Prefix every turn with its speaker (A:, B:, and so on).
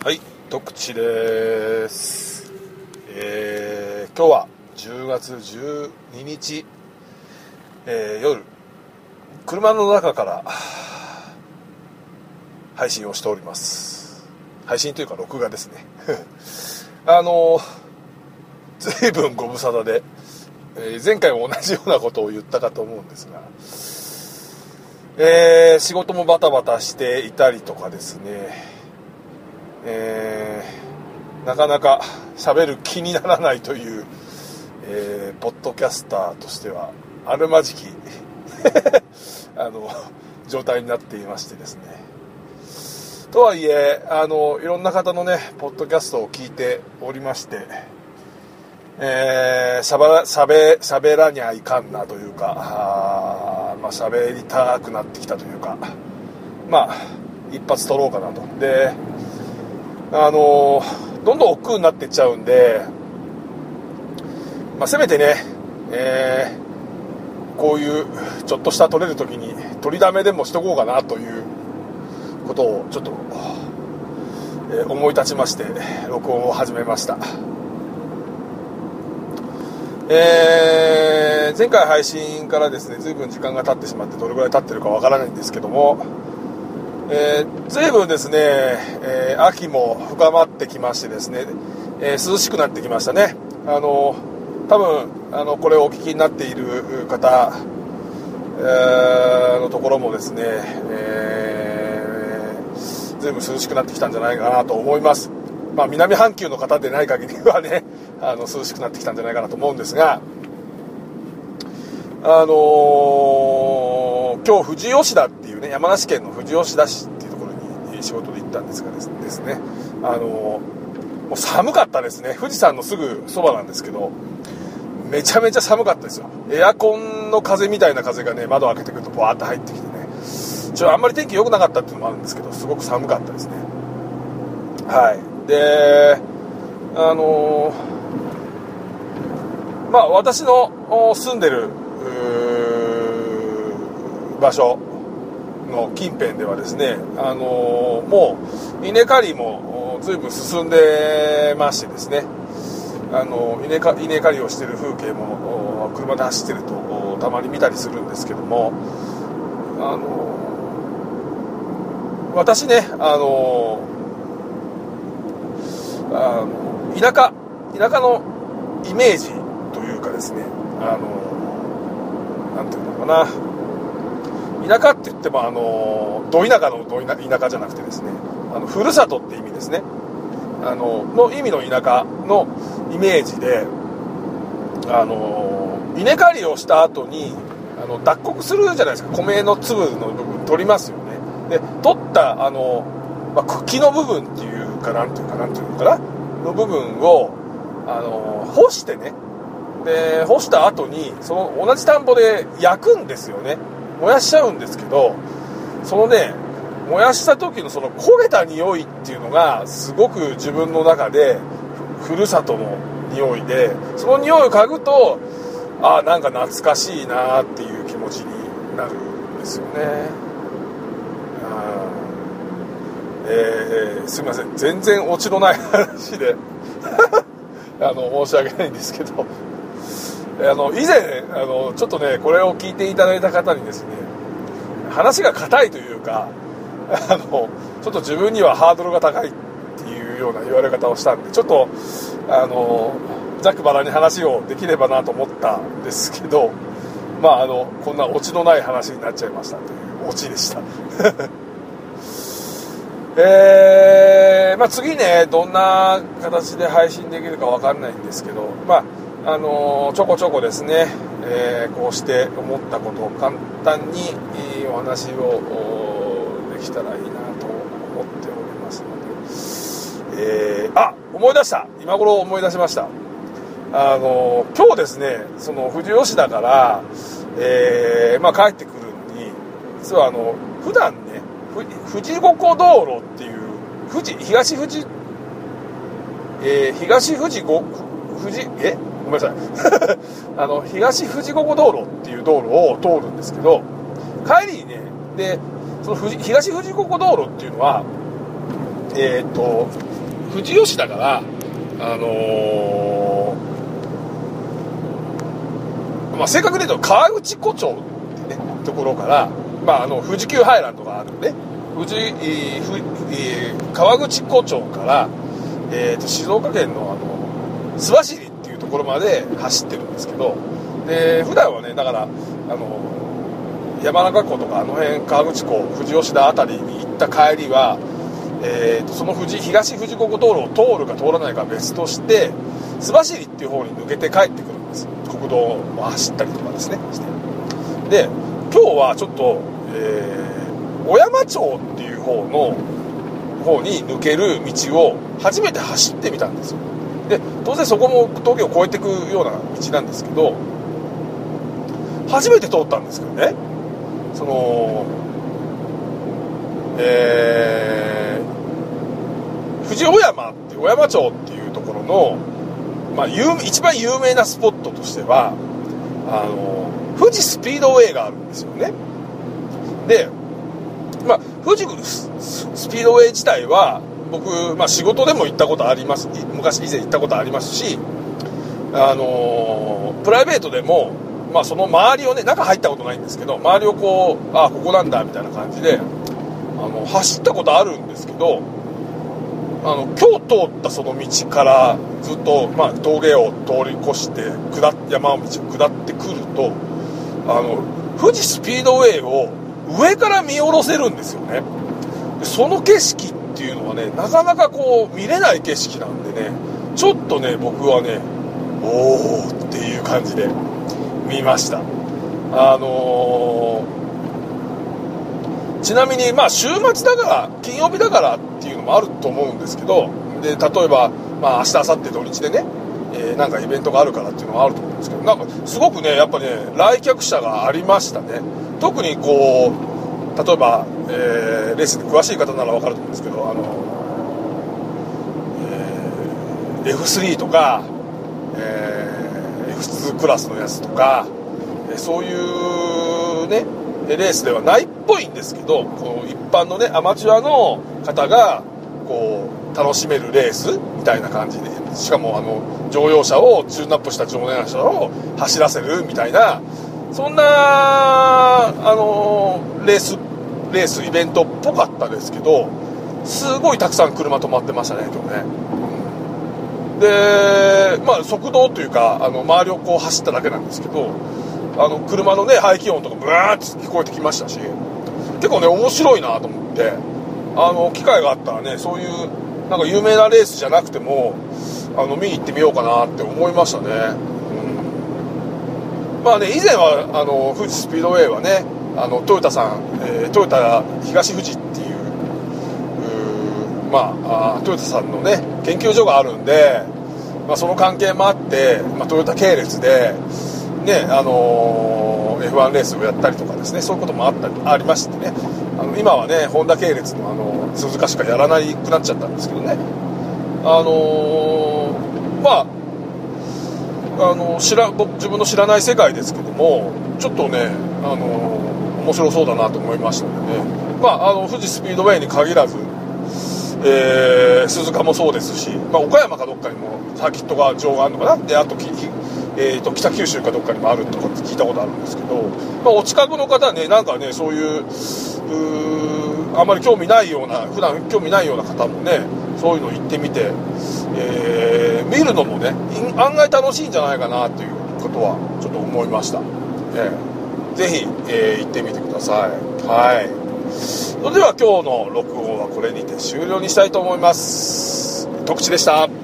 A: はい、徳地です。今日は10月12日、夜、車の中から配信をしております。配信というか録画ですね。随分ご無沙汰で、前回も同じようなことを言ったかと思うんですが、仕事もバタバタしていたりとかですね、なかなか喋る気にならないという、ポッドキャスターとしてはあるまじき状態になっていましてですね。とはいえいろんな方のねポッドキャストを聞いておりまして、喋らにゃいかんなというか、喋りたくなってきたというか、一発撮ろうかなと。でどんどん億劫になっていっちゃうんで、せめてね、こういうちょっとした撮れる時に撮りだめでもしとこうかなということをちょっと、思い立ちまして録音を始めました。前回配信からですね随分時間が経ってしまってどれぐらい経ってるかわからないんですけども、随分ですね、秋も深まってきましてですね、涼しくなってきましたね。多分これをお聞きになっている方、のところもですね、随分涼しくなってきたんじゃないかなと思います。南半球の方でない限りはね涼しくなってきたんじゃないかなと思うんですが、今日富士吉田っていうね、山梨県の富士吉田市っていうところに仕事で行ったんですがですね、もう寒かったですね。富士山のすぐそばなんですけどめちゃめちゃ寒かったですよ。エアコンの風みたいな風がね窓を開けてくるとバーッと入ってきてね、あんまり天気良くなかったっていうのもあるんですけどすごく寒かったですね。はい。で私の住んでる場所の近辺ではですね、もう稲刈りも随分進んでましてですね、稲刈りをしている風景も車で走ってるとたまに見たりするんですけども、私ね田舎のイメージというかですね、なんていうのかな、田舎って言ってもど田舎の田舎じゃなくてですね、ふるさとって意味ですね、の意味の田舎のイメージで、稲刈りをした後に脱穀するじゃないですか。米の粒の部分取りますよね。で取った茎の部分っていうかなんていうのかなの部分を干してね、で干した後にその同じ田んぼで焼くんですよね。燃やしちゃうんですけど、そのね燃やした時のその焦げた匂いっていうのがすごく自分の中でふるさとの匂いで、その匂いを嗅ぐとなんか懐かしいなっていう気持ちになるんですよね。すいません、全然オチのない話で申し訳ないんですけど、以前ちょっとねこれを聞いていただいた方にですね、話が硬いというかちょっと自分にはハードルが高いっていうような言われ方をしたんで、ちょっとざくばらに話をできればなと思ったんですけど、こんなオチのない話になっちゃいましたというオチでした次ねどんな形で配信できるか分かんないんですけど、ちょこちょこですね、こうして思ったことを簡単にお話をできたらいいなと思っておりますので、思い出した、今頃思い出しました。今日ですねその富士吉田から、帰ってくるのに実は普段ね富士五湖道路っていう東富士ごめんなさい東富士五湖道路っていう道路を通るんですけど、帰りにねでその東富士五湖道路っていうのは富士吉田から正確に言うと川口湖町ってねところから、富士急ハイランドがあるね川口湖町から、静岡県の須走っていうところまで走ってるんですけど、で普段はねだから山中湖とか辺川口湖富士吉田あたりに行った帰りは、その東富士五湖道路を通るか通らないかは別として須走っていう方に抜けて帰ってくるんです。国道を走ったりとかですねしてで今日はちょっと、小山町っていう方に抜ける道を初めて走ってみたんですよ。で当然そこも峠を越えていくような道なんですけど、初めて通ったんですけどね、その富士小山って小山町っていうところの、一番有名なスポットとしては富士スピードウェイがあるんですよね。で、富士スピードウェイ自体は僕、仕事でも行ったことあります。昔以前行ったことありますし、プライベートでも、その周りをね、中入ったことないんですけど、周りをここなんだみたいな感じで走ったことあるんですけど、今日通ったその道からずっと、峠を通り越して山道を下ってくると富士スピードウェイを上から見下ろせるんですよね。でその景色っていうのはねなかなか見れない景色なんでね、ちょっとね僕はねおーっていう感じで見ました。ちなみに週末だから金曜日だからっていうのもあると思うんですけど、で例えば明日明後日土日でね、なんかイベントがあるからっていうのがあると思うんですけど、なんかすごくねやっぱね来客者がありましたね。特に例えば、レースに詳しい方なら分かると思うんですけどF3 とか、F2 クラスのやつとかそういうねレースではないっぽいんですけど、一般のねアマチュアの方が楽しめるレースみたいな感じで、しかも乗用車をチューンアップした乗用車を走らせるみたいな、そんなレースイベントっぽかったですけど、すごいたくさん車止まってましたね今日ね。で側道というか周りを走っただけなんですけど、車のね排気音とかブワーって聞こえてきましたし、結構ね面白いなと思って、機会があったらねそういうなんか有名なレースじゃなくても見に行ってみようかなって思いましたね。以前は富士スピードウェイはねトヨタさん、トヨタ東富士っていうトヨタさんのね研究所があるんで、その関係もあって、トヨタ系列でねF1 レースをやったりとかですね、そういうこともありましてね、今はねホンダ系列の鈴鹿しかやらなくなっちゃったんですけどね、自分の知らない世界ですけども、ちょっとね面白そうだなと思いましたのでね、富士スピードウェイに限らず、鈴鹿もそうですし、岡山かどっかにもサーキットが場があるのかな、であと北九州かどっかにもあるとかって聞いたことあるんですけど、お近くの方はねなんかねそういうあまり興味ないような、普段興味ないような方もねそういうの行ってみて、見るのもね案外楽しいんじゃないかなということはちょっと思いました。ぜひ、行ってみてください。はい。それでは今日の録音はこれにて終了にしたいと思います。徳地でした。